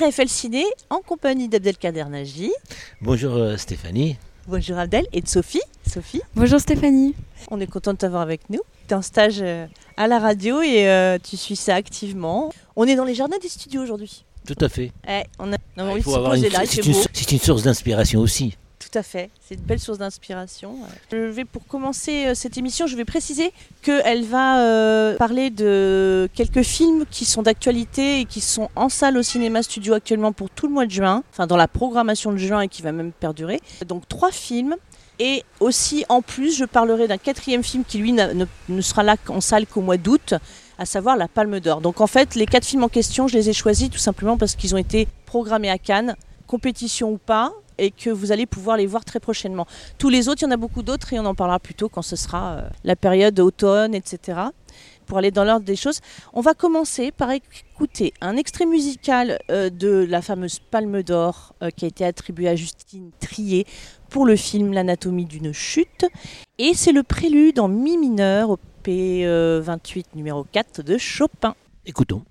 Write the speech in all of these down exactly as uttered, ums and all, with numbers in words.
R F L Ciné en compagnie d'Abdelkader Nagy. Bonjour euh, Stéphanie. Bonjour Abdel et de Sophie. Sophie. Bonjour Stéphanie. On est content de t'avoir avec nous. Tu es en stage euh, à la radio et euh, tu suis ça activement. On est dans les jardins des studios aujourd'hui. Tout à fait. Eh, on a, on a Ah, envie il de faut se avoir poser une, là, il c'est, fait une, beau. c'est une source d'inspiration aussi. Tout à fait, c'est une belle source d'inspiration. Je vais, pour commencer euh, cette émission, je vais préciser qu'elle va euh, parler de quelques films qui sont d'actualité et qui sont en salle au cinéma studio actuellement pour tout le mois de juin, enfin dans la programmation de juin et qui va même perdurer. Donc trois films. Et aussi, en plus, je parlerai d'un quatrième film qui, lui, ne, ne sera là en salle qu'au mois d'août, à savoir La Palme d'Or. Donc en fait, les quatre films en question, je les ai choisis tout simplement parce qu'ils ont été programmés à Cannes, compétition ou pas, et que vous allez pouvoir les voir très prochainement. Tous les autres, il y en a beaucoup d'autres et on en parlera plus tôt quand ce sera euh, la période automne, et cetera. Pour aller dans l'ordre des choses, on va commencer par écouter un extrait musical euh, de la fameuse Palme d'Or euh, qui a été attribuée à Justine Triet pour le film L'anatomie d'une chute. Et c'est le prélude en mi mineur au P vingt-huit numéro quatre de Chopin. Écoutons.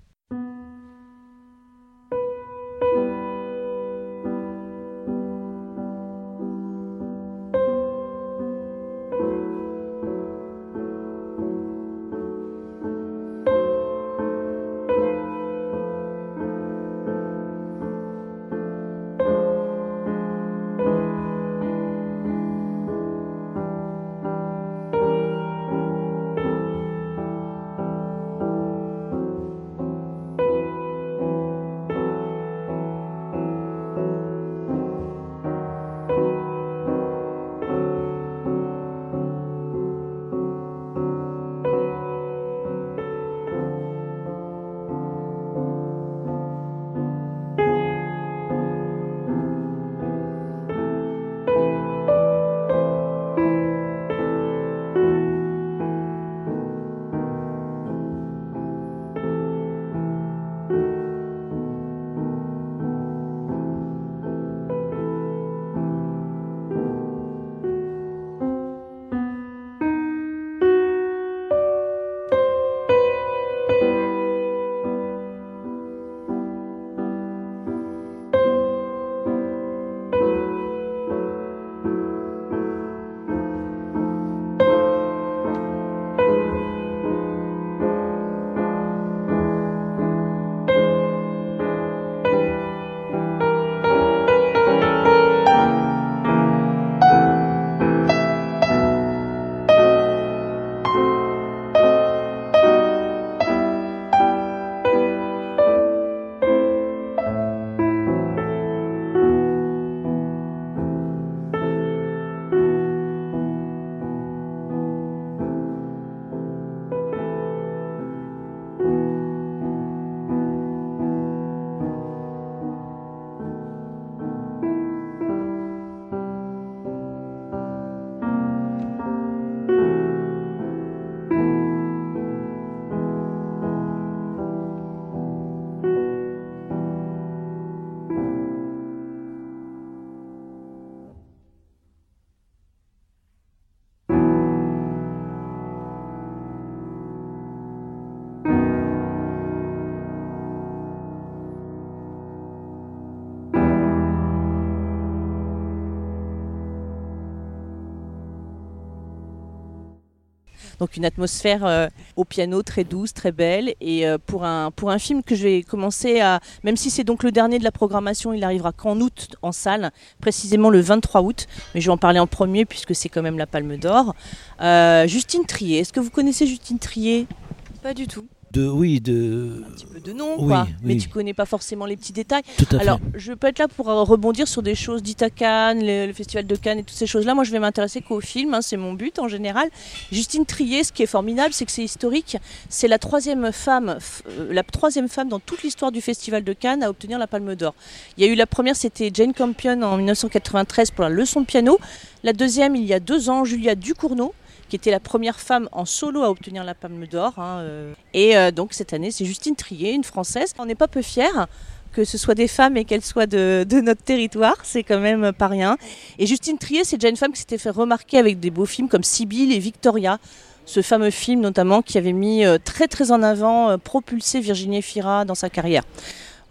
Donc une atmosphère euh, au piano très douce, très belle. Et euh, pour, un, pour un film que je vais commencer à... Même si c'est donc le dernier de la programmation, il arrivera qu'en août en salle, précisément le vingt-trois août. Mais je vais en parler en premier puisque c'est quand même la Palme d'Or. Euh, Justine Triet, est-ce que vous connaissez Justine Triet ? Pas du tout. De, oui, de... Un petit peu de nom, oui, quoi. oui. Mais tu connais pas forcément les petits détails. Tout à Alors, fait. je peux être là pour rebondir sur des choses dites à Cannes, le, le Festival de Cannes et toutes ces choses-là. Moi, je vais m'intéresser qu'au film, hein, c'est mon but en général. Justine Triet, ce qui est formidable, c'est que c'est historique. C'est la troisième femme, euh, la troisième femme dans toute l'histoire du Festival de Cannes à obtenir la Palme d'Or. Il y a eu la première, c'était Jane Campion en dix-neuf cent quatre-vingt-treize pour la leçon de piano. La deuxième, il y a deux ans, Julia Ducournau, qui était la première femme en solo à obtenir la Palme d'Or. Hein, euh. Et euh, donc cette année, c'est Justine Triet, une Française. On n'est pas peu fiers que ce soit des femmes et qu'elles soient de, de notre territoire, c'est quand même pas rien. Et Justine Triet, c'est déjà une femme qui s'était fait remarquer avec des beaux films comme Sibylle et Victoria. Ce fameux film notamment qui avait mis euh, très très en avant, euh, propulsé Virginie Efira dans sa carrière.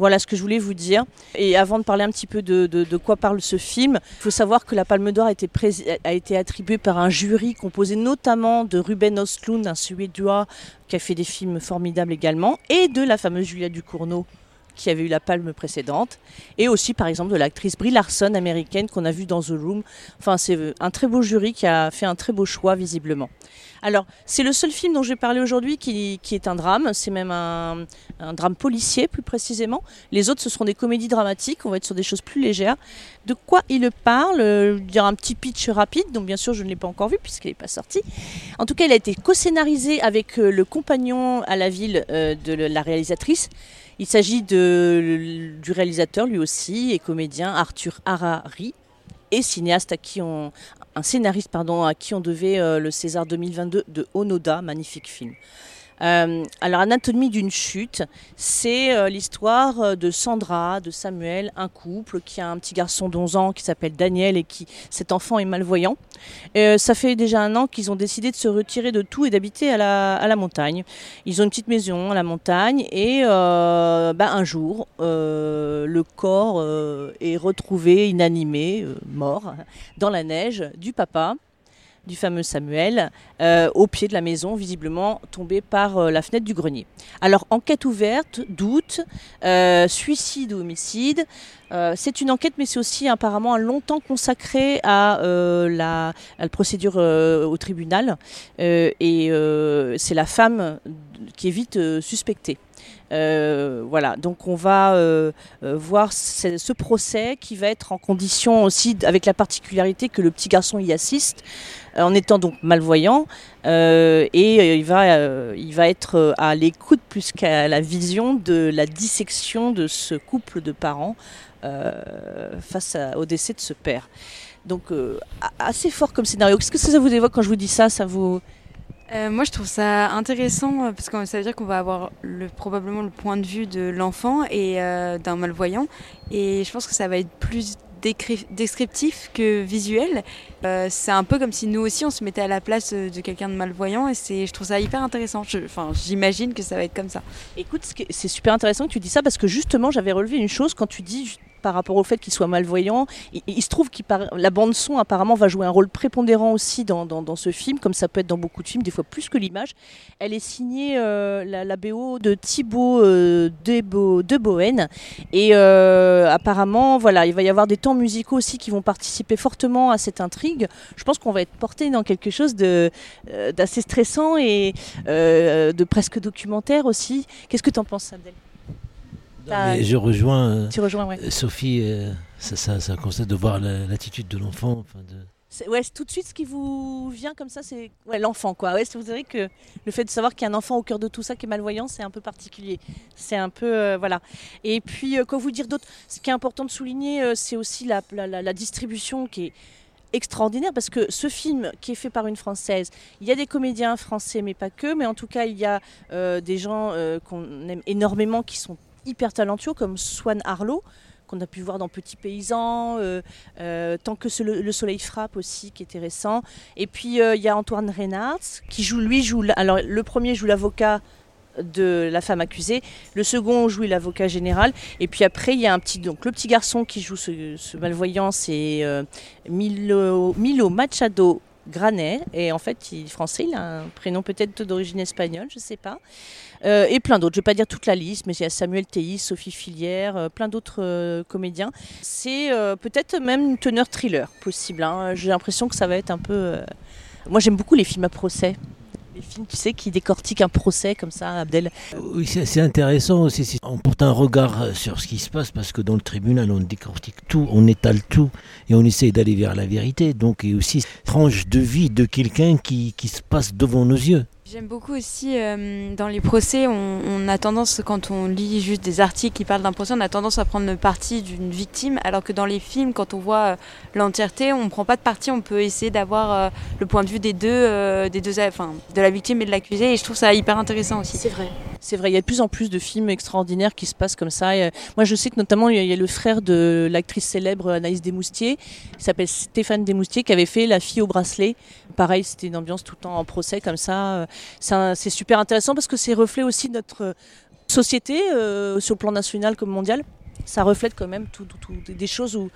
Voilà ce que je voulais vous dire. Et avant de parler un petit peu de, de, de quoi parle ce film, il faut savoir que la Palme d'Or a été, pré- a été attribuée par un jury composé notamment de Ruben Östlund, un Suédois qui a fait des films formidables également, et de la fameuse Julia Ducournau, qui avait eu la palme précédente, et aussi par exemple de l'actrice Brie Larson américaine qu'on a vue dans The Room. Enfin, c'est un très beau jury qui a fait un très beau choix visiblement. Alors, c'est le seul film dont je vais parler aujourd'hui qui, qui est un drame, c'est même un, un drame policier plus précisément. Les autres, ce seront des comédies dramatiques, on va être sur des choses plus légères. De quoi il parle ? Je vais dire un petit pitch rapide, donc bien sûr je ne l'ai pas encore vu puisqu'il n'est pas sorti. En tout cas, il a été co-scénarisé avec le compagnon à la ville de la réalisatrice. Il s'agit de, du réalisateur lui aussi et comédien Arthur Harari et cinéaste à qui on, un scénariste pardon, à qui on devait euh, le César deux mille vingt-deux de Onoda, magnifique film. Euh, alors, Anatomie d'une chute, c'est euh, l'histoire de Sandra, de Samuel, un couple qui a un petit garçon d'onze ans qui s'appelle Daniel et qui, cet enfant est malvoyant. Euh, ça fait déjà un an qu'ils ont décidé de se retirer de tout et d'habiter à la, à la montagne. Ils ont une petite maison à la montagne et euh, bah, un jour, euh, le corps euh, est retrouvé inanimé, euh, mort, dans la neige du papa, du fameux Samuel, euh, au pied de la maison, visiblement tombé par euh, la fenêtre du grenier. Alors, enquête ouverte, doute, euh, suicide ou homicide. Euh, c'est une enquête, mais c'est aussi apparemment un longtemps consacré à, euh, la, à la procédure euh, au tribunal. Euh, et euh, c'est la femme qui est vite euh, suspectée. Euh, voilà, donc on va euh, euh, voir ce, ce procès qui va être en condition aussi, avec la particularité que le petit garçon y assiste, euh, en étant donc malvoyant, euh, et euh, il, va, euh, il va être à l'écoute plus qu'à la vision de la dissection de ce couple de parents euh, face à, au décès de ce père. Donc euh, assez fort comme scénario. Qu'est-ce que ça vous évoque quand je vous dis ça, ça vous... Euh, moi, je trouve ça intéressant euh, parce que ça veut dire qu'on va avoir le, probablement le point de vue de l'enfant et euh, d'un malvoyant. Et je pense que ça va être plus décri- descriptif que visuel. Euh, c'est un peu comme si nous aussi, on se mettait à la place de quelqu'un de malvoyant. Et c'est, je trouve ça hyper intéressant. Je, enfin, j'imagine que ça va être comme ça. Écoute, c'est super intéressant que tu dis ça parce que justement, j'avais relevé une chose quand tu dis... par rapport au fait qu'il soit malvoyant. Il, il se trouve que la bande-son apparemment va jouer un rôle prépondérant aussi dans, dans, dans ce film, comme ça peut être dans beaucoup de films, des fois plus que l'image. Elle est signée, euh, la, la B O de Thibaut euh, Debo, de Boën. Et euh, apparemment, voilà, il va y avoir des temps musicaux aussi qui vont participer fortement à cette intrigue. Je pense qu'on va être porté dans quelque chose de, euh, d'assez stressant et euh, de presque documentaire aussi. Qu'est-ce que tu en penses, Abdel ? Mais je rejoins, euh, tu rejoins ouais. Sophie, euh, ça, ça, ça constate de voir la, l'attitude de l'enfant. Enfin de... c'est, ouais, c'est tout de suite ce qui vous vient comme ça, c'est ouais, l'enfant. Quoi. Ouais, vous savez que le fait de savoir qu'il y a un enfant au cœur de tout ça qui est malvoyant, c'est un peu particulier. C'est un peu... Euh, voilà. Et puis, euh, quoi vous dire d'autre ? Ce qui est important de souligner, euh, c'est aussi la, la, la, la distribution qui est extraordinaire parce que ce film qui est fait par une Française, il y a des comédiens français, mais pas que, mais en tout cas, il y a euh, des gens euh, qu'on aime énormément qui sont hyper talentueux comme Swan Arlo qu'on a pu voir dans Petits Paysans, euh, euh, Tant que ce, le soleil frappe aussi qui était récent, et puis il euh, y a Antoine Reynard qui joue, lui joue, alors le premier joue l'avocat de la femme accusée, le second joue l'avocat général, et puis après il y a un petit, donc le petit garçon qui joue ce, ce malvoyant, c'est euh, Milo, Milo Machado Granet, et en fait il est français, il a un prénom peut-être d'origine espagnole, je ne sais pas. Euh, et plein d'autres, je ne vais pas dire toute la liste, mais il y a Samuel Théis, Sophie Filière, euh, plein d'autres euh, comédiens. C'est euh, peut-être même une teneur thriller possible, hein. J'ai l'impression que ça va être un peu... Euh... Moi j'aime beaucoup les films à procès. Les films, tu sais, qui décortiquent un procès comme ça, Abdel. Oui, c'est, c'est intéressant aussi. On porte un regard sur ce qui se passe parce que dans le tribunal, on décortique tout, on étale tout et on essaye d'aller vers la vérité. Donc, il y a aussi tranche de vie de quelqu'un qui, qui se passe devant nos yeux. J'aime beaucoup aussi, euh, dans les procès, on, on a tendance, quand on lit juste des articles qui parlent d'un procès, on a tendance à prendre le parti d'une victime, alors que dans les films, quand on voit euh, l'entièreté, on ne prend pas de parti, on peut essayer d'avoir euh, le point de vue des deux, euh, des deux, enfin, de la victime et de l'accusé, et je trouve ça hyper intéressant aussi. C'est vrai. C'est vrai, il y a de plus en plus de films extraordinaires qui se passent comme ça. Et, euh, moi, je sais que notamment, il y, a, il y a le frère de l'actrice célèbre Anaïs Desmoustiers, qui s'appelle Stéphane Desmoustiers, qui avait fait La fille au bracelet. Pareil, c'était une ambiance tout le temps en procès comme ça. C'est, un, c'est super intéressant parce que c'est reflet aussi de notre société, euh, sur le plan national comme mondial. Ça reflète quand même tout, tout, tout, des choses où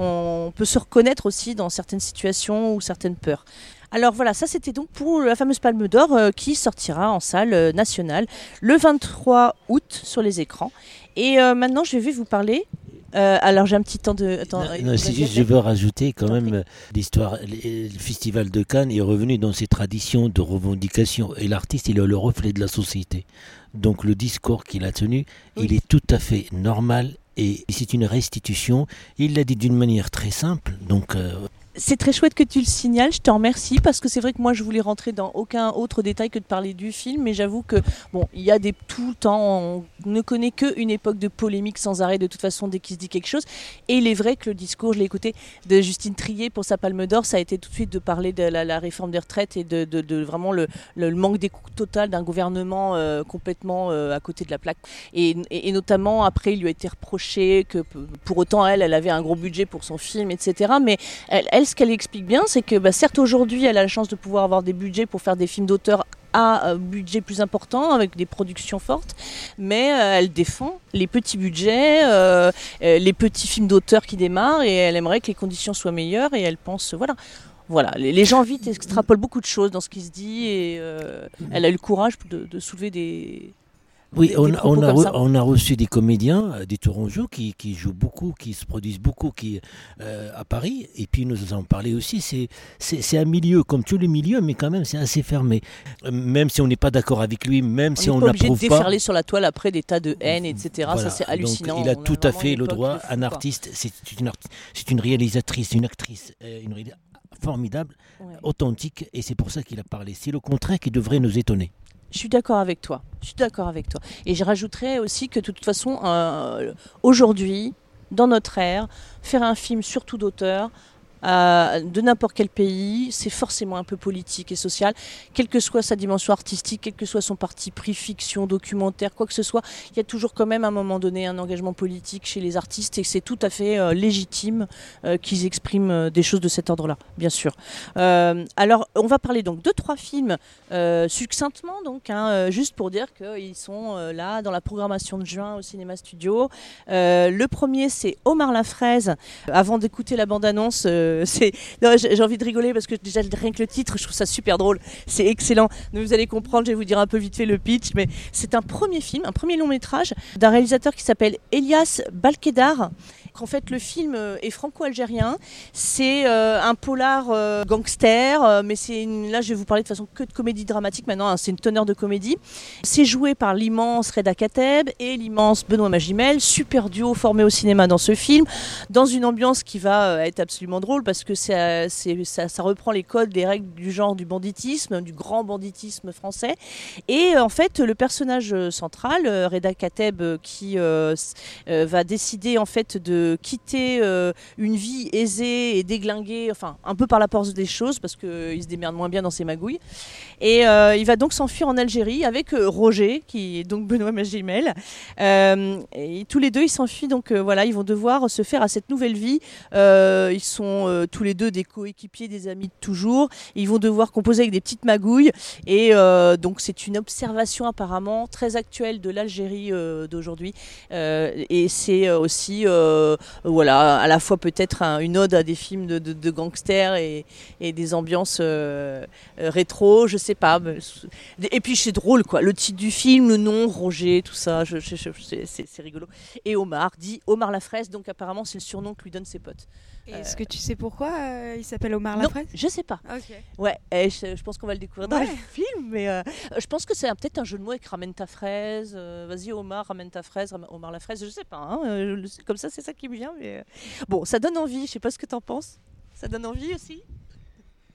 on peut se reconnaître aussi dans certaines situations ou certaines peurs. Alors voilà, ça c'était donc pour la fameuse Palme d'Or euh, qui sortira en salle euh, nationale le vingt-trois août sur les écrans. Et euh, maintenant je vais vous parler. Euh, alors j'ai un petit temps de. Attends, non, non, c'est juste, je veux rajouter quand même euh, l'histoire. Le Festival de Cannes est revenu dans ses traditions de revendication et l'artiste il est le reflet de la société. Donc le discours qu'il a tenu, oui. il est tout à fait normal. Et c'est une restitution, il l'a dit d'une manière très simple, donc... Euh... C'est très chouette que tu le signales, je te remercie, parce que c'est vrai que moi je voulais rentrer dans aucun autre détail que de parler du film, mais j'avoue que, bon, il y a des tout le temps, on ne connaît qu'une époque de polémique sans arrêt de toute façon dès qu'il se dit quelque chose, et il est vrai que le discours, je l'ai écouté, de Justine Triet pour sa Palme d'Or, ça a été tout de suite de parler de la, la réforme des retraites et de, de, de vraiment le, le, le manque d'écoute total d'un gouvernement euh, complètement euh, à côté de la plaque, et, et, et notamment après il lui a été reproché que pour autant elle, elle avait un gros budget pour son film, et cetera, mais elle, elle ce qu'elle explique bien, c'est que bah, certes aujourd'hui elle a la chance de pouvoir avoir des budgets pour faire des films d'auteur à euh, budget plus important avec des productions fortes, mais euh, elle défend les petits budgets, euh, euh, les petits films d'auteur qui démarrent, et elle aimerait que les conditions soient meilleures, et elle pense voilà. Voilà, les, les gens vite extrapolent beaucoup de choses dans ce qui se dit, et euh, elle a eu le courage de, de soulever des Oui, des, on, des on, a re, ça. on a reçu des comédiens, des tourangeaux qui, qui jouent beaucoup, qui se produisent beaucoup qui, euh, à Paris. Et puis nous en parlé aussi, c'est, c'est, c'est un milieu comme tous les milieux, mais quand même c'est assez fermé. Euh, même si on n'est pas d'accord avec lui, même on si on n'approuve pas. On n'est pas obligé de déferler pas, sur la toile après des tas de haine, et cetera. Voilà. Ça c'est hallucinant. Donc, il a on tout a à fait le droit. Fou, un quoi. artiste, c'est une, c'est une réalisatrice, une actrice, euh, une réalisatrice formidable, ouais. authentique, et c'est pour ça qu'il a parlé. C'est le contraire qui devrait nous étonner. Je suis d'accord avec toi. Je suis d'accord avec toi. Et je rajouterais aussi que de toute façon, euh, aujourd'hui, dans notre ère, faire un film surtout d'auteur, euh, de n'importe quel pays, c'est forcément un peu politique et social, quelle que soit sa dimension artistique, quel que soit son parti pris, fiction, documentaire, quoi que ce soit, il y a toujours quand même à un moment donné un engagement politique chez les artistes, et c'est tout à fait euh, légitime euh, qu'ils expriment euh, des choses de cet ordre-là, bien sûr. Euh, alors, on va parler donc de trois films euh, succinctement, donc, hein, euh, juste pour dire qu'ils sont euh, là dans la programmation de juin au Cinéma Studio. Euh, le premier, c'est Omar la fraise. Avant d'écouter la bande-annonce, euh, C'est... Non, j'ai envie de rigoler parce que déjà rien que le titre, je trouve ça super drôle, c'est excellent. Donc vous allez comprendre, je vais vous dire un peu vite fait le pitch, mais c'est un premier film, un premier long métrage d'un réalisateur qui s'appelle Elias Balkedar. En fait, le film est franco-algérien, c'est euh, un polar euh, gangster, euh, mais c'est une... là je vais vous parler de façon que de comédie dramatique maintenant, hein, c'est une teneur de comédie. C'est joué par l'immense Reda Kateb et l'immense Benoît Magimel, super duo formé au cinéma dans ce film, dans une ambiance qui va euh, être absolument drôle parce que c'est, c'est, ça, ça reprend les codes, les règles du genre du banditisme, du grand banditisme français. Et euh, en fait, le personnage central, euh, Reda Kateb, euh, qui euh, euh, va décider en fait de quitter euh, une vie aisée et déglinguée, enfin un peu par la force des choses parce qu'il euh, se démerde moins bien dans ses magouilles, et euh, il va donc s'enfuir en Algérie avec euh, Roger qui est donc Benoît Magimel, euh, et tous les deux ils s'enfuient, donc euh, voilà, ils vont devoir se faire à cette nouvelle vie. Euh, ils sont euh, tous les deux des coéquipiers, des amis de toujours, ils vont devoir composer avec des petites magouilles, et euh, donc c'est une observation apparemment très actuelle de l'Algérie euh, d'aujourd'hui, euh, et c'est aussi euh, voilà, à la fois peut-être un, une ode à des films de, de, de gangsters et, et des ambiances euh, rétro, je sais pas. Et puis c'est drôle quoi, le titre du film, le nom, Roger, tout ça, je, je, je, c'est, c'est rigolo. Et Omar, dit Omar la fraise, donc apparemment c'est le surnom que lui donnent ses potes. Et est-ce euh... que tu sais pourquoi euh, il s'appelle Omar non, la fraise ? Je sais pas. Okay. Ouais, et je, je pense qu'on va le découvrir dans ouais. le film, mais euh, je pense que c'est un, peut-être un jeu de mots avec ramène ta fraise. Euh, vas-y Omar, ramène ta fraise, Omar la fraise. Je sais pas. Hein, euh, comme ça, c'est ça qui me vient. Mais euh... bon, ça donne envie. Je sais pas ce que t'en penses. Ça donne envie aussi.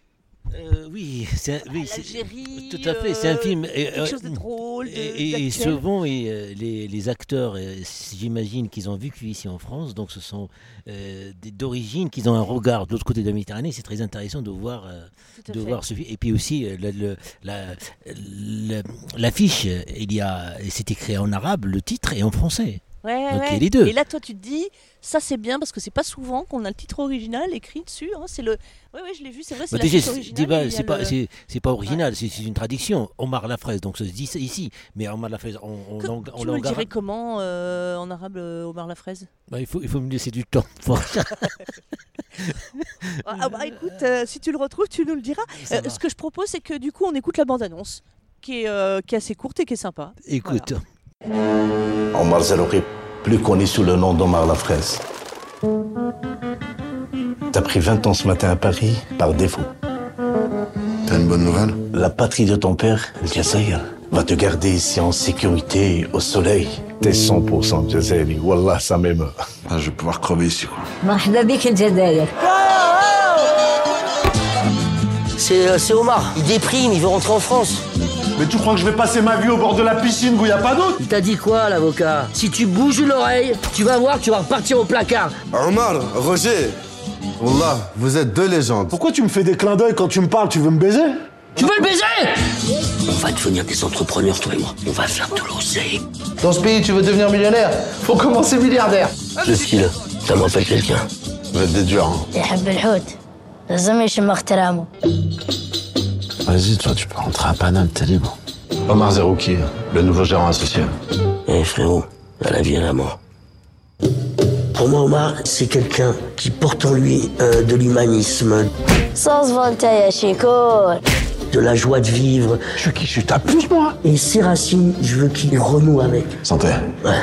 Euh, oui, c'est un, oui, c'est- L'Algérie, tout à fait. C'est un euh, film. et, quelque euh, chose de drôle, de, Et, et- et d'actuel. souvent, et, euh, les, les acteurs, euh, j'imagine qu'ils ont vécu ici en France, donc ce sont euh, des- d'origine, qu'ils ont un regard de l'autre côté de la Méditerranée. C'est très intéressant de voir, euh, Tout à de fait. voir ce film. Et puis aussi, euh, le- le- la- le- l'affiche, euh, il y a, c'est écrit en arabe, le titre est en français. Ouais, Donc, ouais. il y a les deux. Et là, toi, tu te dis, ça c'est bien parce que c'est pas souvent qu'on a le titre original écrit dessus. Hein. C'est le. Ouais, ouais, je l'ai vu, c'est vrai, c'est Bah, la déjà, fiche c'est originale. dis pas- et il y a c'est pas, le- c'est- c'est pas original, c'est c'est une traduction. Omar la fraise, donc ça se dit ça ici. Mais Omar la fraise, on, on, Que- langue- en tu me le langue dirais arabe. comment euh, en arabe, euh, Omar la fraise? Bah, il, faut, il faut me laisser du temps. pour- Ah bah écoute, euh, si tu le retrouves, tu nous le diras. Ça Euh, va. ce que je propose, c'est que du coup, on écoute la bande-annonce, qui est, euh, qui est assez courte et qui est sympa. Écoute. Omar Zarouki, plus connu sous le nom d'Omar la fraise. T'as pris vingt ans ce matin à Paris par défaut. T'as une bonne nouvelle? La patrie de ton père, le Jazair, va te garder ici en sécurité, au soleil. T'es cent pour cent Jazairi. Wallah, ça m'émeut. Ah, je vais pouvoir crever ici, quoi. مرحبا بك الجزائر. C'est euh, c'est Omar. Il déprime, il veut rentrer en France. Mais tu crois que je vais passer ma vie au bord de la piscine où il n'y a pas d'eau? Il t'a dit quoi, l'avocat? Si tu bouges l'oreille, tu vas voir que tu vas repartir au placard. Omar, Roger. Wallah, vous êtes deux légendes. Pourquoi tu me fais des clins d'œil quand tu me parles? Tu veux me baiser? Tu veux le baiser? On va devenir des entrepreneurs, toi et moi. On va faire de l'oseille. Dans ce pays, tu veux devenir millionnaire? Faut commencer milliardaire. Le style, ça me rappelle quelqu'un. Vous êtes des durs, hein. يحب الحوت لازم يشم احترامه. Vas-y, toi, tu peux rentrer à Paname, t'es libre. Omar Zarouki, le nouveau gérant associé. Eh frérot, à la vie et à la mort. Pour moi, Omar, c'est quelqu'un qui porte en lui euh, de l'humanisme, صوص فولتا يا شيكور. de la joie de vivre. Je suis qui? Je suis ta plus, moi. Et ses racines, je veux qu'il renoue avec. Santé. Ouais.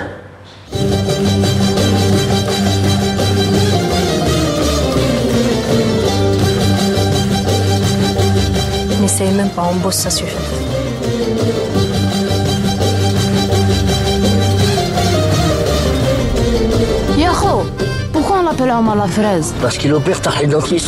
N'essaye même pas, on bosse, ça suffit. Yaho, pourquoi on l'appelle Omar la fraise? Parce qu'il opère ta dentiste.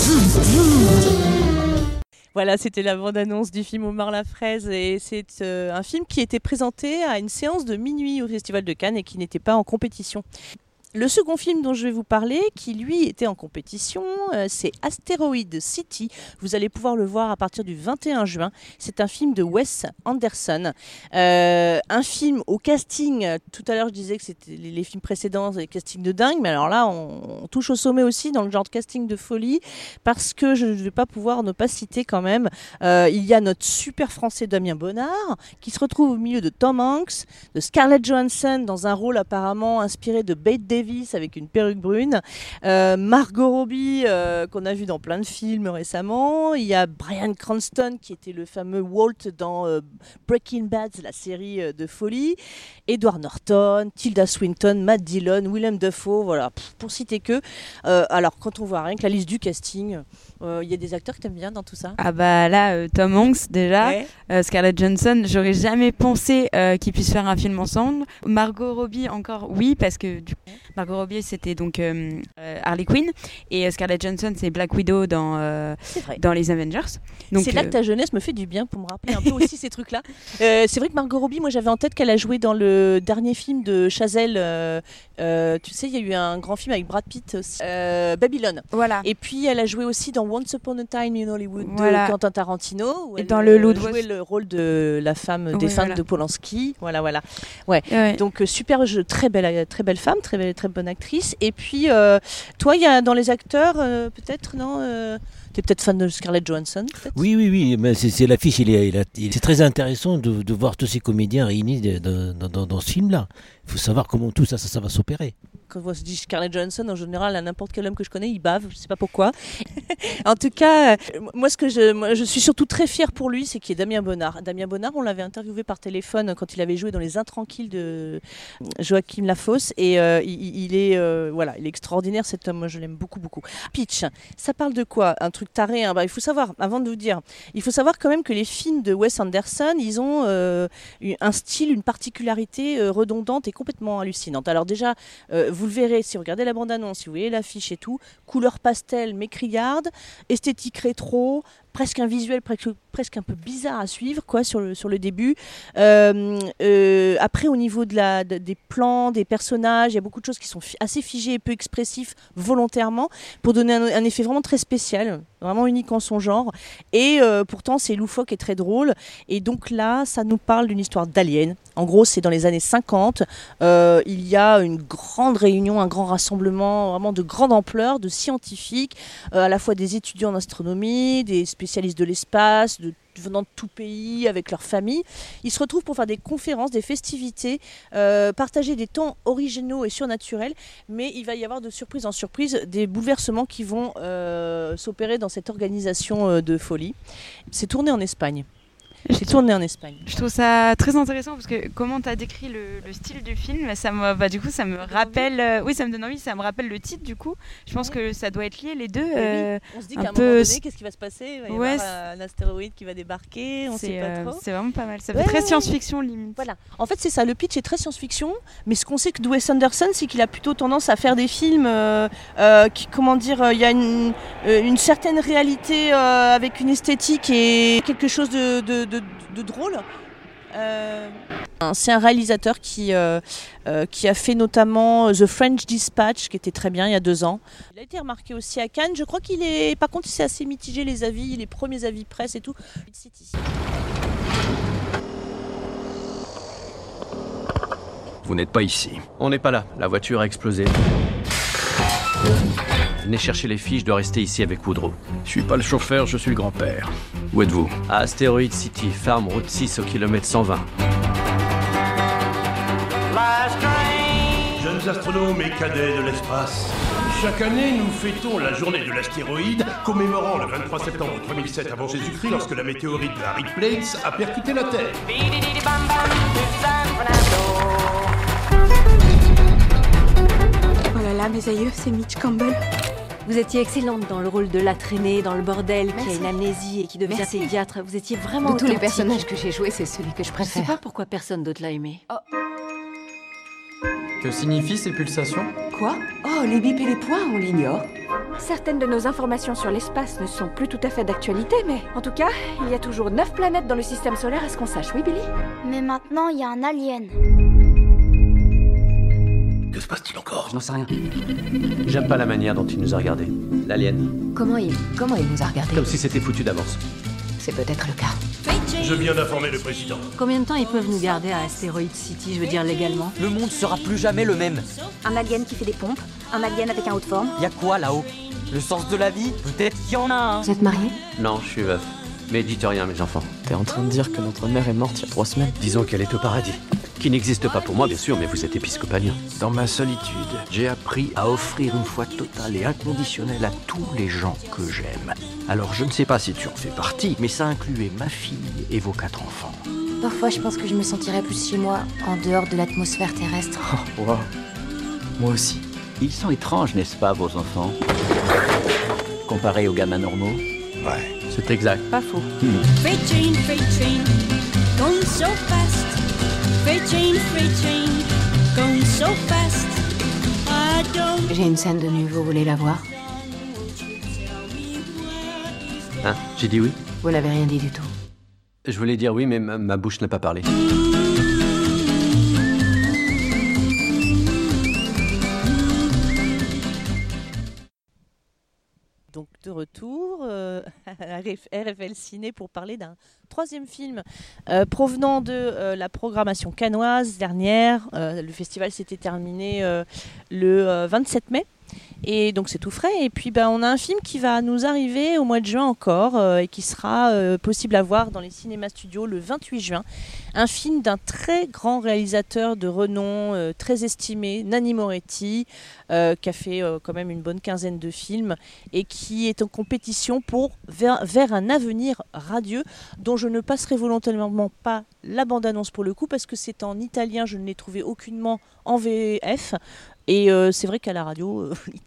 Voilà, c'était la bande-annonce du film Omar la fraise et c'est euh, un film qui était présenté à une séance de minuit au Festival de Cannes et qui n'était pas en compétition. Le second film dont je vais vous parler, qui lui était en compétition, euh, c'est Asteroid City. Vous allez pouvoir le voir à partir du vingt et un juin. C'est un film de Wes Anderson. Euh, un film au casting. Tout à l'heure, je disais que c'était les, les films précédents, des castings de dingue. Mais alors là, on, on touche au sommet aussi dans le genre de casting de folie. Parce que je ne vais pas pouvoir ne pas citer quand même. Euh, il y a notre super français Damien Bonnard, qui se retrouve au milieu de Tom Hanks, de Scarlett Johansson dans un rôle apparemment inspiré de Bette Davis avec une perruque brune, euh, Margot Robbie euh, qu'on a vu dans plein de films récemment, il y a Bryan Cranston qui était le fameux Walt dans euh, Breaking Bad, la série euh, de folie, Edward Norton, Tilda Swinton, Matt Dillon, Willem Dafoe, voilà, pff, pour citer que. Euh, alors quand on voit rien que la liste du casting, euh, il y a des acteurs que t'aimes bien dans tout ça? Ah bah là, euh, Tom Hanks déjà, Ouais. euh, Scarlett Johansson, j'aurais jamais pensé euh, qu'ils puissent faire un film ensemble. Margot Robbie encore, oui, parce que du coup, Margot Robbie c'était donc euh, euh, Harley Quinn et euh, Scarlett Johansson c'est Black Widow dans, euh, C'est vrai. dans les Avengers. Donc, C'est là euh, que ta jeunesse me fait du bien pour me rappeler un peu aussi ces trucs-là. Euh, c'est vrai que Margot Robbie, moi j'avais en tête qu'elle a joué dans le dernier film de Chazelle. Euh, euh, tu sais, il y a eu un grand film avec Brad Pitt aussi, euh, Babylone. Voilà. Et puis elle a joué aussi dans Once Upon a Time in Hollywood Voilà. de Quentin Tarantino. Où Et elle, dans le euh, Loup de jouait Wall- le rôle de la femme Oui, défunte voilà. de Polanski. Voilà, voilà. Ouais. Donc euh, super jeu, très belle, très belle femme, très belle, très bonne actrice. Et puis euh, toi, il y a dans les acteurs, euh, peut-être non. Euh, T'es peut-être fan de Scarlett Johansson, peut-être? Oui, oui, oui, mais c'est c'est l'affiche, il est, il a- il- c'est très intéressant de, de voir tous ces comédiens réunis de- de- dans, dans- dans ce film-là. Il faut savoir comment tout ça, ça, ça va s'opérer. Quand on se dit Scarlett Johansson, en général, à n'importe quel homme que je connais, il bave, je sais pas pourquoi. En tout cas, euh, moi, ce que je, moi, je suis surtout très fière pour lui, c'est qu'il y ait Damien Bonnard. Damien Bonnard, on l'avait interviewé par téléphone quand il avait joué dans Les Intranquilles de Joachim Lafosse, et euh, il, il est, euh, voilà, il est extraordinaire cet homme. Moi, je l'aime beaucoup, beaucoup. Pitch, ça parle de quoi? Un truc taré, hein. Bah, il faut savoir, avant de vous dire, il faut savoir quand même que les films de Wes Anderson, ils ont euh, un style, une particularité euh, redondante et complètement hallucinante. Alors déjà, euh, vous le verrez si vous regardez la bande-annonce, si vous voyez l'affiche et tout, couleur pastel mais criarde, esthétique rétro, presque un visuel presque, presque un peu bizarre à suivre quoi, sur, le, sur le début. Euh, euh, après, au niveau de la, de, des plans, des personnages, il y a beaucoup de choses qui sont fi- assez figées et peu expressifs volontairement pour donner un, un effet vraiment très spécial, vraiment unique en son genre. Et euh, pourtant, c'est loufoque et très drôle. Et donc là, ça nous parle d'une histoire d'alien. En gros, c'est dans les années cinquante. Euh, il y a une grande réunion, un grand rassemblement vraiment de grande ampleur de scientifiques, euh, à la fois des étudiants en astronomie, des spécialistes de l'espace, de, venant de tout pays, avec leurs familles. Ils se retrouvent pour faire des conférences, des festivités, euh, partager des temps originaux et surnaturels, mais il va y avoir de surprise en surprise des bouleversements qui vont euh, s'opérer dans cette organisation euh, de folie. C'est tourné en Espagne. C'est tourné en Espagne. Je trouve ça très intéressant parce que comment tu as décrit le, le style du film, ça me, bah, du coup ça me rappelle, euh, oui ça me donne envie, ça me rappelle le titre du coup. Je pense que ça doit être lié les deux. Euh, oui. On se dit qu'à un, un peu... moment donné, qu'est-ce qui va se passer? Il va y ouais, avoir un astéroïde qui va débarquer, on sait pas euh, trop. C'est vraiment pas mal, ça fait ouais, très ouais, science-fiction limite. Voilà. En fait c'est ça, le pitch est très science-fiction, mais ce qu'on sait de Wes Anderson, c'est qu'il a plutôt tendance à faire des films, euh, euh, qui, comment dire, il y a une, euh, une certaine réalité euh, avec une esthétique et quelque chose de, de, de, de drôle. Euh, c'est un réalisateur qui, euh, euh, qui a fait notamment The French Dispatch, qui était très bien il y a deux ans. Il a été remarqué aussi à Cannes. Je crois qu'il est, par contre, c'est assez mitigé les avis, les premiers avis presse et tout. Vous n'êtes pas ici. On n'est pas là. La voiture a explosé. Venez chercher les filles, je dois rester ici avec Woodrow. Je suis pas le chauffeur, je suis le grand-père. Où êtes-vous? À Asteroid City, Farm, route six au kilomètre cent vingt. Jeunes astronomes et cadets de l'espace, chaque année nous fêtons la journée de l'astéroïde, commémorant le vingt-trois septembre trois mille sept avant Jésus-Christ lorsque la météorite de Harry Place a percuté la Terre. Oh là là, mes aïeux, c'est Mitch Campbell. Vous étiez excellente dans le rôle de la traînée, dans le bordel, Merci. qui a une amnésie et qui devient Merci. pédiatre. Vous étiez vraiment De tous les authentique. personnages que j'ai joués, c'est celui que je Je préfère. sais pas pourquoi personne d'autre l'a aimé. Oh. Que signifient ces pulsations? Quoi? Oh, les bips et les points, on l'ignore. Certaines de nos informations sur l'espace ne sont plus tout à fait d'actualité, mais en tout cas, il y a toujours neuf planètes dans le système solaire, à ce qu'on sache, oui Billy? Mais maintenant, il y a un alien. Que se passe-t-il encore? Je n'en sais rien. J'aime pas la manière dont il nous a regardés. L'alien. Comment il... Comment il nous a regardés? Comme si c'était foutu d'avance. C'est peut-être le cas. Je viens d'informer le président. Combien de temps ils peuvent nous garder à Asteroid City, je veux dire légalement? Le monde sera plus jamais le même. Un alien qui fait des pompes, un alien avec un haut de forme. Y a quoi là-haut? Le sens de la vie? Peut-être qu'il y en a un. Vous êtes mariés? Non, je suis veuf. Mais dites rien, mes enfants. T'es en train de dire que notre mère est morte il y a trois semaines? Disons qu'elle est au paradis. Qui n'existe pas pour moi, bien sûr, mais vous êtes épiscopalien. Dans ma solitude, j'ai appris à offrir une foi totale et inconditionnelle à tous les gens que j'aime. Alors je ne sais pas si tu en fais partie, mais ça incluait ma fille et vos quatre enfants. Parfois, je pense que je me sentirais plus chez moi, en dehors de l'atmosphère terrestre. Oh, wow. Moi aussi. Ils sont étranges, n'est-ce pas, vos enfants? Comparés aux gamins normaux? Ouais, c'est exact. Pas faux. Hmm. Freight train, freight train, going so fast. Freight train, freight train, going so fast. I don't... J'ai une scène de nu, vous voulez la voir? Hein? J'ai dit oui? Vous n'avez rien dit du tout. Je voulais dire oui, mais ma, ma bouche n'a pas parlé. Donc de retour euh, à R F L Ciné pour parler d'un troisième film euh, provenant de euh, la programmation cannoise dernière. Euh, le festival s'était terminé euh, le euh, vingt-sept mai. Et donc c'est tout frais. Et puis ben, on a un film qui va nous arriver au mois de juin encore euh, et qui sera euh, possible à voir dans les cinémas studios le vingt-huit juin. Un film d'un très grand réalisateur de renom, euh, très estimé, Nanni Moretti, euh, qui a fait euh, quand même une bonne quinzaine de films et qui est en compétition pour vers, vers un avenir radieux dont je ne passerai volontairement pas la bande-annonce pour le coup parce que c'est en italien, je ne l'ai trouvé aucunement en V F. Et euh, c'est vrai qu'à la radio, euh,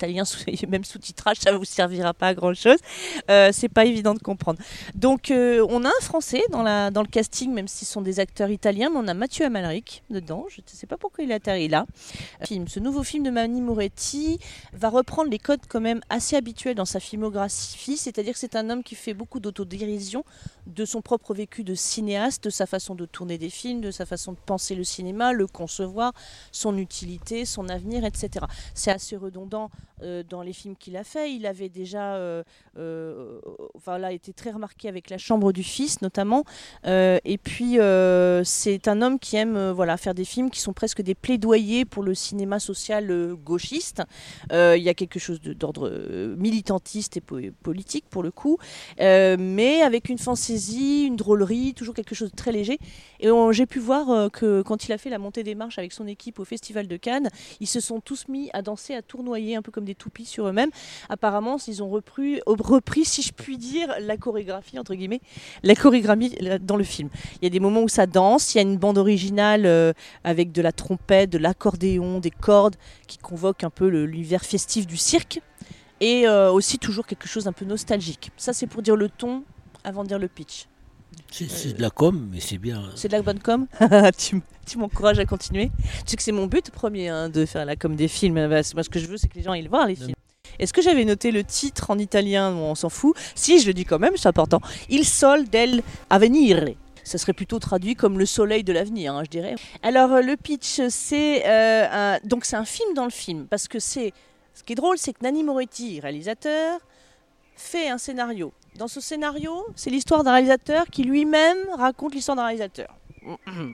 italien, même sous-titrage, ça vous servira pas à grand-chose. Euh, c'est pas évident de comprendre. Donc, euh, on a un Français dans, la, dans le casting, même si ce sont des acteurs italiens, mais on a Mathieu Amalric dedans. Je ne sais pas pourquoi il a atterri là. Film. Ce nouveau film de Nanni Moretti va reprendre les codes quand même assez habituels dans sa filmographie, c'est-à-dire que c'est un homme qui fait beaucoup d'autodérision de son propre vécu de cinéaste, de sa façon de tourner des films, de sa façon de penser le cinéma, le concevoir, son utilité, son avenir, et cetera. C'est assez redondant euh, dans les films qu'il a fait. Il avait déjà euh, euh, enfin, là, été très remarqué avec La Chambre du Fils notamment. Euh, et puis euh, c'est un homme qui aime euh, voilà, faire des films qui sont presque des plaidoyers pour le cinéma social euh, gauchiste. Euh, il y a quelque chose de, d'ordre euh, militantiste et po- politique pour le coup, euh, mais avec une fantaisie, une drôlerie, toujours quelque chose de très léger. Et on, j'ai pu voir euh, que quand il a fait la montée des marches avec son équipe au Festival de Cannes, ils se sont tous mis à danser, à tournoyer un peu comme des toupies sur eux-mêmes. Apparemment, ils ont repris, repris, si je puis dire, la chorégraphie, entre guillemets, la chorégraphie dans le film. Il y a des moments où ça danse, il y a une bande originale euh, avec de la trompette, de l'accordéon, des cordes qui convoquent un peu le, l'univers festif du cirque. Et euh, aussi toujours quelque chose d'un peu nostalgique. Ça, c'est pour dire le ton avant de dire le pitch. C'est, c'est de la com, mais c'est bien. C'est de la bonne com. tu, tu m'encourages à continuer. Tu sais que c'est mon but premier hein, de faire la com des films. Bah, moi, ce que je veux, c'est que les gens aillent voir les films. Est-ce que j'avais noté le titre en italien? Bon, on s'en fout. Si, je le dis quand même, c'est important. Il Sol del Avenire. Ça serait plutôt traduit comme le soleil de l'avenir, hein, je dirais. Alors, le pitch, c'est euh, un... donc c'est un film dans le film, parce que c'est ce qui est drôle, c'est que Nanni Moretti, réalisateur, fait un scénario. Dans ce scénario, c'est l'histoire d'un réalisateur qui lui-même raconte l'histoire d'un réalisateur. D'accord ?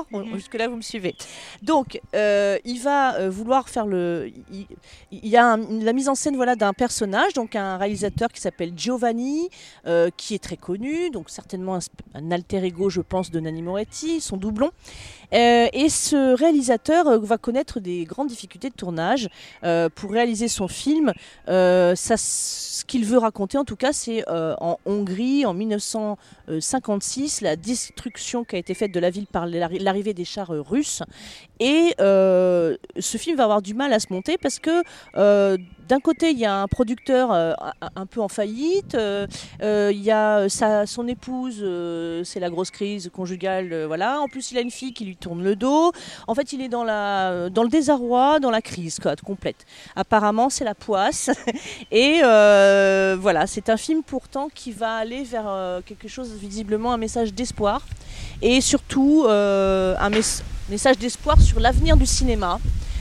Bon, jusque-là, vous me suivez. Donc, euh, il va euh, vouloir faire le... Il, il y a un, la mise en scène voilà, d'un personnage, donc un réalisateur qui s'appelle Giovanni, euh, qui est très connu, donc certainement un, un alter ego, je pense, de Nanni Moretti, son doublon. Euh, et ce réalisateur euh, va connaître des grandes difficultés de tournage. Euh, pour réaliser son film, euh, ça, ce qu'il veut raconter, en tout cas, c'est euh, en Hongrie, en dix-neuf cent cinquante-six, la destruction qui a été faite de la ville par l'arrivée des chars russes. Et euh, ce film va avoir du mal à se monter parce que euh, d'un côté, il y a un producteur euh, un peu en faillite, euh, euh, il y a sa, son épouse, euh, c'est la grosse crise conjugale, euh, voilà. En plus, il a une fille qui lui tourne le dos. En fait, il est dans, la, dans le désarroi, dans la crise quoi, complète. Apparemment, c'est la poisse. Et euh, voilà, c'est un film pourtant qui va aller vers euh, quelque chose, visiblement un message d'espoir. Et surtout, euh, un mes- message d'espoir sur l'avenir du cinéma.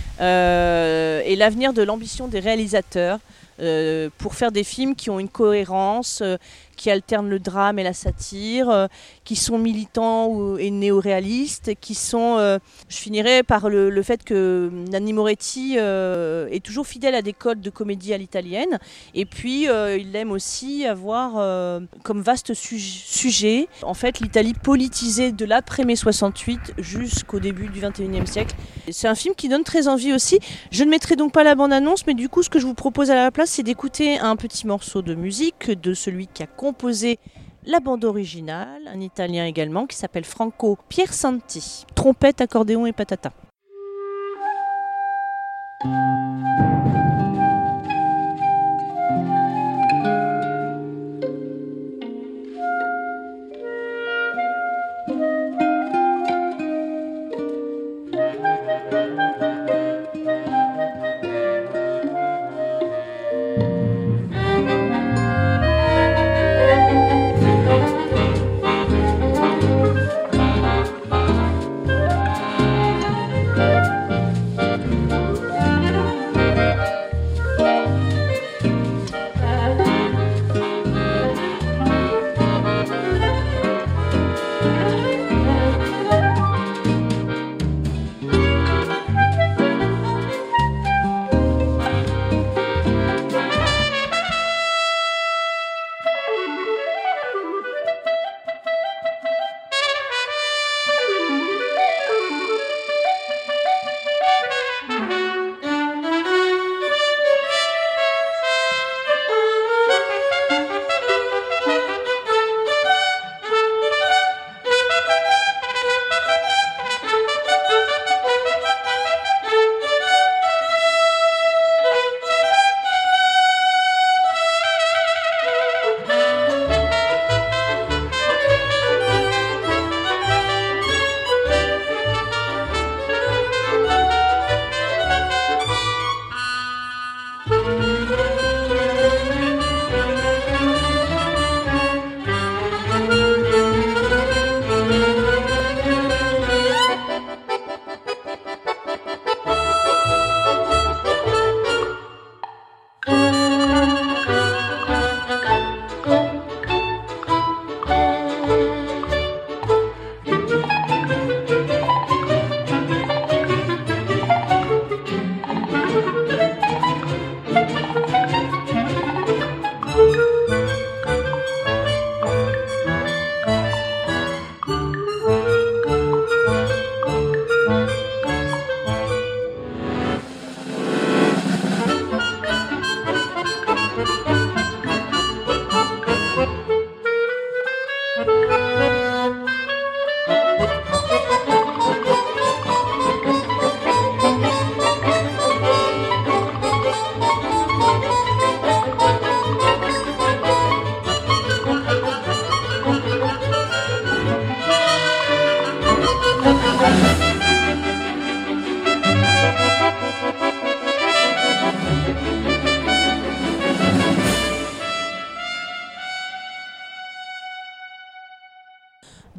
Euh, et l'avenir de l'ambition des réalisateurs euh, pour faire des films qui ont une cohérence, euh, qui alternent le drame et la satire, euh, qui sont militants ou, et néo-réalistes, qui sont... Euh, je finirai par le, le fait que Nanni Moretti euh, est toujours fidèle à des codes de comédie à l'italienne, et puis euh, il aime aussi avoir euh, comme vaste su- sujet, en fait, l'Italie politisée de l'après-mai soixante-huit jusqu'au début du vingt et unième siècle. Et c'est un film qui donne très envie aussi. Je ne mettrai donc pas la bande-annonce, mais du coup, ce que je vous propose à la place, c'est d'écouter un petit morceau de musique de celui qui a composé la bande originale, un Italien également, qui s'appelle Franco Piersanti. Trompette, accordéon et patata.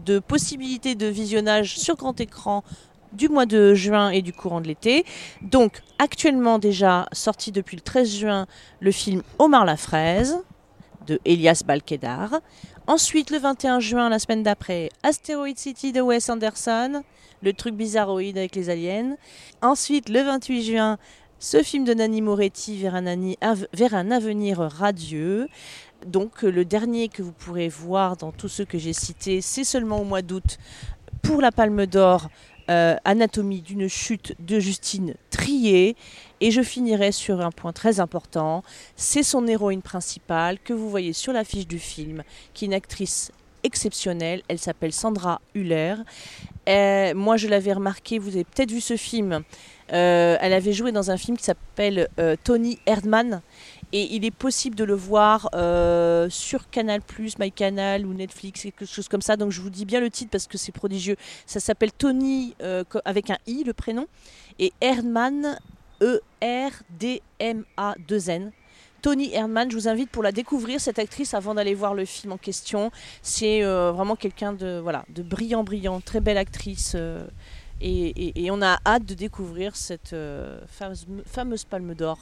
de possibilités de visionnage sur grand écran du mois de juin et du courant de l'été. Donc actuellement déjà sorti depuis le treize juin le film Omar la fraise de Elias Balkedar. Ensuite le vingt et un juin, la semaine d'après, Asteroid City de Wes Anderson, le truc bizarroïde avec les aliens. Ensuite le vingt-huit juin, ce film de Nanni Moretti vers un, ani- vers un avenir radieux. Donc le dernier que vous pourrez voir dans tous ceux que j'ai cités, c'est seulement au mois d'août pour la Palme d'Or, euh, Anatomie d'une chute de Justine Triet. Et je finirai sur un point très important, c'est son héroïne principale que vous voyez sur l'affiche du film, qui est une actrice exceptionnelle, elle s'appelle Sandra Hüller. Euh, moi je l'avais remarqué, vous avez peut-être vu ce film, euh, elle avait joué dans un film qui s'appelle euh, Tony Erdmann. Et il est possible de le voir euh, sur Canal plus, MyCanal ou Netflix, quelque chose comme ça. Donc je vous dis bien le titre parce que c'est prodigieux. Ça s'appelle Tony euh, avec un I, le prénom. Et Erdmann, E R D M A deux N. Tony Erdmann, je vous invite pour la découvrir, cette actrice, avant d'aller voir le film en question. C'est euh, vraiment quelqu'un de, voilà, de brillant, brillant, très belle actrice. Euh, et, et, et on a hâte de découvrir cette euh, fameuse, fameuse Palme d'Or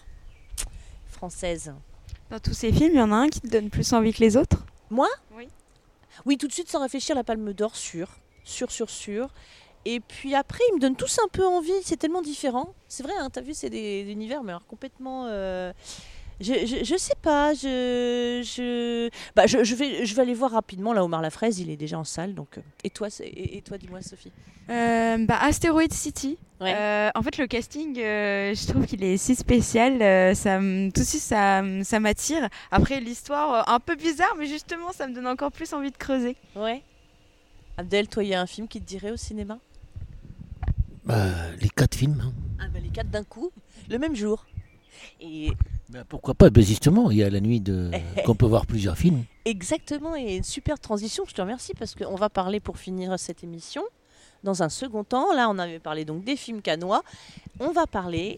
française. Dans tous ces films, il y en a un qui te donne plus envie que les autres? Moi? Oui. Oui, tout de suite sans réfléchir, la Palme d'Or, sûr. Sûr, sûr, sûr. Et puis après, ils me donnent tous un peu envie. C'est tellement différent. C'est vrai, hein, t'as vu, c'est des, des univers, mais alors complètement... Euh... Je, je, je sais pas, je, je, bah je, je, vais, je vais aller voir rapidement là Omar la fraise, il est déjà en salle. Donc, et toi, et, et toi dis-moi Sophie. Euh, bah, Asteroid City. Ouais. Euh, en fait, le casting, euh, je trouve qu'il est si spécial. Euh, ça, tout de suite, ça, ça m'attire. Après, l'histoire, euh, un peu bizarre, mais justement, ça me donne encore plus envie de creuser. Ouais. Abdel, toi, il y a un film qui te dirait au cinéma? Bah, les quatre films. Hein. Ah bah, les quatre d'un coup, le même jour. Et... Ben pourquoi pas, ben justement, il y a la nuit de... qu'on peut voir plusieurs films. Exactement, et une super transition, je te remercie, parce qu'on va parler pour finir cette émission. Dans un second temps, là on avait parlé donc des films cannois, on va parler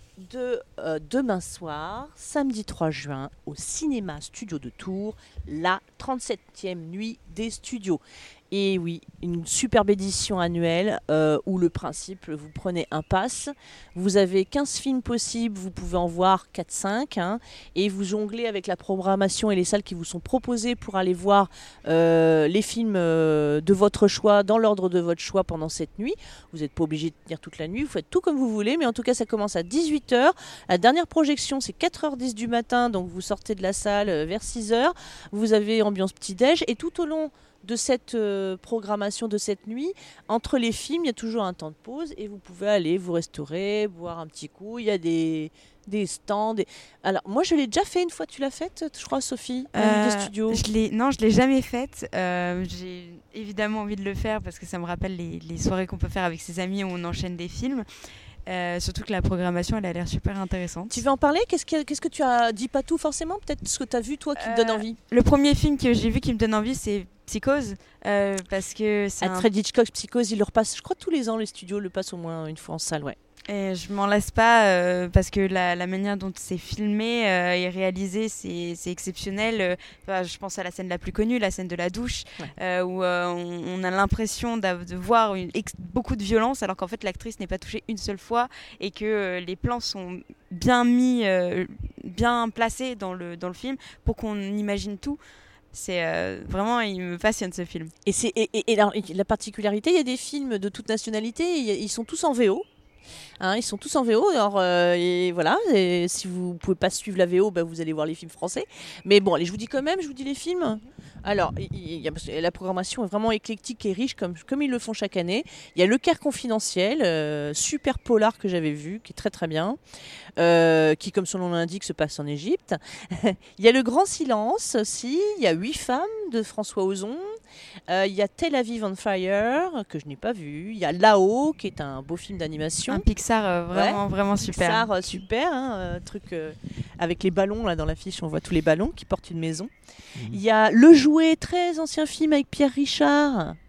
de euh, demain soir, samedi trois juin, au cinéma Studio de Tours, la trente-septième nuit des studios. Et oui, une superbe édition annuelle euh, où le principe, vous prenez un pass, vous avez quinze films possibles, vous pouvez en voir quatre cinq, hein, et vous jonglez avec la programmation et les salles qui vous sont proposées pour aller voir euh, les films euh, de votre choix, dans l'ordre de votre choix pendant cette nuit. Vous n'êtes pas obligé de tenir toute la nuit, vous faites tout comme vous voulez, mais en tout cas ça commence à dix-huit heures. La dernière projection c'est quatre heures dix du matin, donc vous sortez de la salle vers six heures, vous avez ambiance petit-déj, et tout au long de cette euh, programmation de cette nuit, entre les films, il y a toujours un temps de pause et vous pouvez aller vous restaurer, boire un petit coup. Il y a des, des stands. Des... Alors, moi, je l'ai déjà fait une fois. Tu l'as faite, je crois, Sophie, euh, des studios. Je l'ai... Non, je ne l'ai jamais faite. Euh, j'ai évidemment envie de le faire parce que ça me rappelle les, les soirées qu'on peut faire avec ses amis où on enchaîne des films. Euh, surtout que la programmation, elle a l'air super intéressante. Tu veux en parler? Qu'est-ce que, qu'est-ce que tu as dit? Pas tout forcément, peut-être ce que tu as vu toi qui euh, te donne envie. Le premier film que j'ai vu qui me donne envie, c'est Psychose, euh, parce que c'est Alfred un... Hitchcock, Psychose, il le repasse, je crois tous les ans, les studios le passent au moins une fois en salle, ouais. Et je m'en lasse pas euh, parce que la, la manière dont c'est filmé euh, et réalisé, c'est, c'est exceptionnel. Euh, enfin, je pense à la scène la plus connue, la scène de la douche, ouais. euh, où euh, on, on a l'impression de voir une, ex, beaucoup de violence, alors qu'en fait l'actrice n'est pas touchée une seule fois et que euh, les plans sont bien mis, euh, bien placés dans le, dans le film pour qu'on imagine tout. C'est euh, vraiment, il me passionne ce film. Et, c'est, et, et, et la, la particularité, il y a des films de toute nationalité, ils sont tous en V O. Hein, ils sont tous en V O, alors euh, et voilà, et si vous pouvez pas suivre la V O, bah, vous allez voir les films français. Mais bon, allez, je vous dis quand même, je vous dis les films. Alors, il y a, la programmation est vraiment éclectique et riche, comme, comme ils le font chaque année. Il y a Le Caire confidentiel, euh, super polar que j'avais vu, qui est très très bien, euh, qui, comme son nom l'indique, se passe en Égypte. Il y a Le Grand Silence aussi, il y a Huit femmes de François Ozon. Euh, il y a Tel Aviv on Fire, que je n'ai pas vu. Il y a Là-haut, qui est un beau film d'animation. Un Pixar euh, vraiment, ouais. vraiment super. Pixar, euh, super, hein, euh, truc euh, avec les ballons, là dans l'affiche, on voit tous les ballons qui portent une maison. Mmh. Il y a Le Jouet, très ancien film avec Pierre Richard,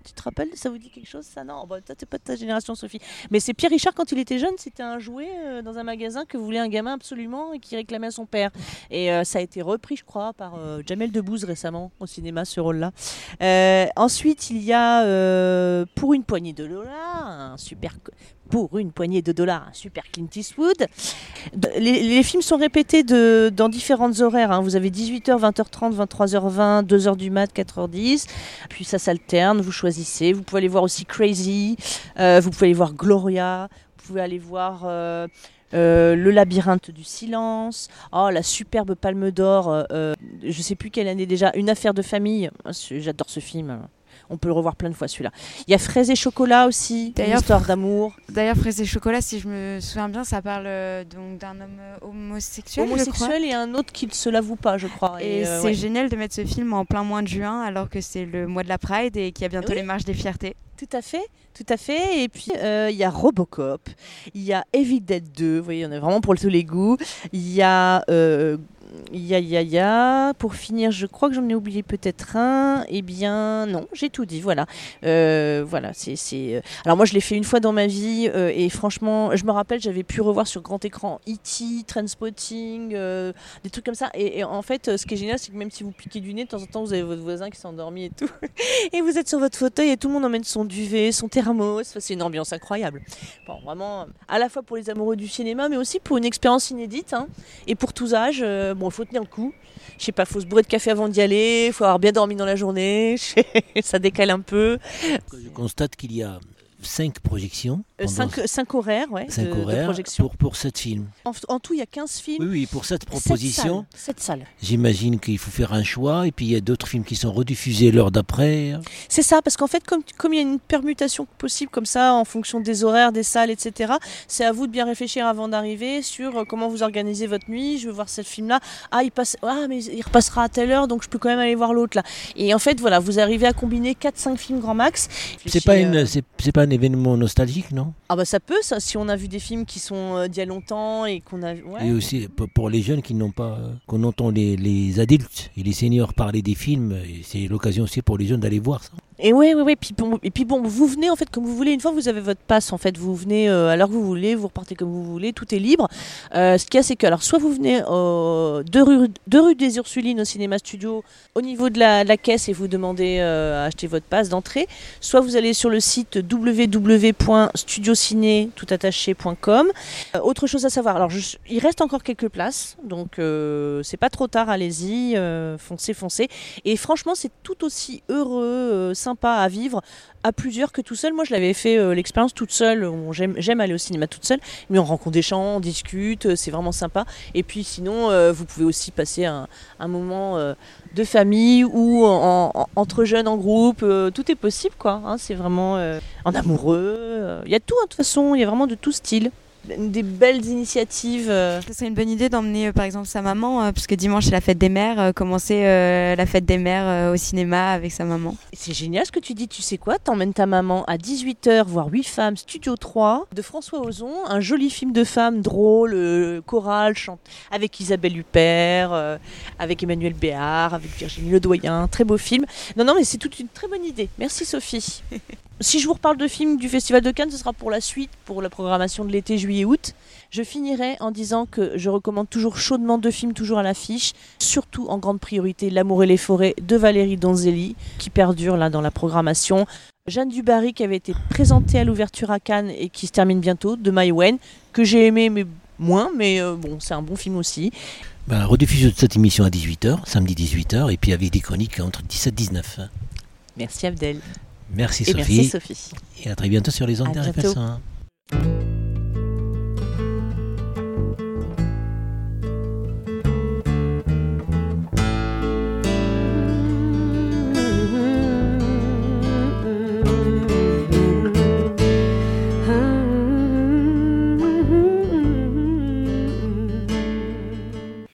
Tu te rappelles? Ça vous dit quelque chose, ça? Non, bah, toi, t'es pas de ta génération, Sophie. Mais c'est Pierre Richard, quand il était jeune, c'était un jouet euh, dans un magasin que voulait un gamin absolument et qui réclamait à son père. Et euh, ça a été repris, je crois, par euh, Jamel Debbouze récemment au cinéma, ce rôle-là. Euh, ensuite, il y a euh, Pour une poignée de dollars, un super... Pour une poignée de dollars, un super Clint Eastwood. Les, les films sont répétés de, dans différentes horaires. Hein. Vous avez dix-huit heures, vingt heures trente, vingt-trois heures vingt, deux heures du mat, quatre heures dix. Puis ça s'alterne, vous choisissez. Vous pouvez aller voir aussi Crazy, euh, vous pouvez aller voir Gloria, vous pouvez aller voir euh, euh, Le labyrinthe du silence. Oh, la superbe Palme d'Or, euh, je ne sais plus quelle année déjà, Une affaire de famille. J'adore ce film. On peut le revoir plein de fois, celui-là. Il y a Fraises et chocolat aussi, une histoire d'amour. D'ailleurs, Fraises et chocolat, si je me souviens bien, ça parle euh, donc d'un homme homosexuel. Homosexuel et un autre qui ne se l'avoue pas, je crois. Et, et euh, c'est ouais. génial de mettre ce film en plein mois de juin, alors que c'est le mois de la Pride et qu'il y a bientôt oui. les marches des fiertés. Tout à fait, tout à fait. Et puis, euh, il y a Robocop, il y a Evil Dead deux, vous voyez, on est vraiment pour tous les goûts. Il y a... Euh, Il y a, il y a, il y a. Pour finir, je crois que j'en ai oublié peut-être un. Eh bien, non, j'ai tout dit. Voilà. Euh, voilà. C'est, c'est... Alors, moi, je l'ai fait une fois dans ma vie. Euh, et franchement, je me rappelle, j'avais pu revoir sur grand écran E T, Trainspotting, euh, des trucs comme ça. Et, et en fait, ce qui est génial, c'est que même si vous piquez du nez, de temps en temps, vous avez votre voisin qui s'est endormi et tout. Et vous êtes sur votre fauteuil et tout le monde emmène son duvet, son thermos. Enfin, c'est une ambiance incroyable. Bon, vraiment, à la fois pour les amoureux du cinéma, mais aussi pour une expérience inédite. Hein, et pour tous âges. Euh, bon, il faut tenir le coup. Je sais pas, faut se bourrer de café avant d'y aller, il faut avoir bien dormi dans la journée, ça décale un peu. Je constate qu'il y a cinq projections. Euh, cinq, cinq horaires, ouais, cinq de, horaires de projection. Pour, pour sept films. En, en tout, il y a quinze films. Oui, oui, pour cette proposition. Sept salles. salles. J'imagine qu'il faut faire un choix, et puis il y a d'autres films qui sont rediffusés l'heure d'après. C'est ça, parce qu'en fait, comme, comme il y a une permutation possible comme ça, en fonction des horaires, des salles, et cetera, c'est à vous de bien réfléchir avant d'arriver sur comment vous organisez votre nuit. Je veux voir ce film-là. Ah, il passe. Ah, mais il repassera à telle heure, donc je peux quand même aller voir l'autre là. Et en fait, voilà, vous arrivez à combiner quatre cinq films grand max. C'est pas, une, euh... c'est, c'est pas un événement nostalgique, non? Ah bah ça peut, ça, si on a vu des films qui sont euh, d'il y a longtemps et qu'on a... Ouais. Et aussi pour les jeunes qui n'ont pas... qu'on entend les, les adultes et les seniors parler des films, c'est l'occasion aussi pour les jeunes d'aller voir ça. Et oui, oui, oui. Puis bon, et puis bon, vous venez en fait comme vous voulez. Une fois vous avez votre passe, en fait, vous venez euh, à l'heure que vous voulez, vous repartez comme vous voulez, tout est libre. Euh, ce qu'il y a, c'est que alors soit vous venez euh, deux rue, deux rue des Ursulines au Cinéma Studio, au niveau de la, de la caisse et vous demandez euh, à acheter votre passe d'entrée. Soit vous allez sur le site w w w point studiociné tout attaché point com. Euh, autre chose à savoir. Alors, je, il reste encore quelques places, donc euh, c'est pas trop tard. Allez-y, euh, foncez, foncez. Et franchement, c'est tout aussi heureux. Euh, sympa à vivre à plusieurs que tout seul. Moi je l'avais fait euh, l'expérience toute seule. Bon, j'aime, j'aime aller au cinéma toute seule, mais on rencontre des gens, on discute, euh, c'est vraiment sympa. Et puis sinon euh, vous pouvez aussi passer un, un moment euh, de famille ou en, en, entre jeunes en groupe, euh, tout est possible quoi, hein, c'est vraiment euh, en amoureux, il euh, y a tout hein, de toute façon, il y a vraiment de tout style. Des belles initiatives. Euh. Ce serait une bonne idée d'emmener euh, par exemple sa maman, euh, puisque dimanche c'est la fête des mères, euh, commencer euh, la fête des mères euh, au cinéma avec sa maman. C'est génial ce que tu dis, tu sais quoi, t'emmènes ta maman à dix-huit heures voir huit femmes, Studio trois, de François Ozon, un joli film de femmes drôle, euh, chorale, chante, avec Isabelle Huppert, euh, avec Emmanuel Béard, avec Virginie Ledoyen, très beau film. Non, non, mais c'est toute une très bonne idée. Merci Sophie. Si je vous reparle de films du Festival de Cannes, ce sera pour la suite, pour la programmation de l'été, juillet-août. Je finirai en disant que je recommande toujours chaudement deux films toujours à l'affiche, surtout en grande priorité L'amour et les forêts de Valérie Donzelli, qui perdure là dans la programmation. Jeanne du Barry qui avait été présentée à l'ouverture à Cannes et qui se termine bientôt, de Mai Wen, que j'ai aimé mais moins, mais euh, bon, c'est un bon film aussi. Ben, rediffusion de cette émission à dix-huit heures, samedi dix-huit heures, et puis avec des chroniques entre dix-sept et dix-neuf. Merci Abdel. Merci et Sophie. Merci Sophie. Et à très bientôt sur les ondes de R F S un.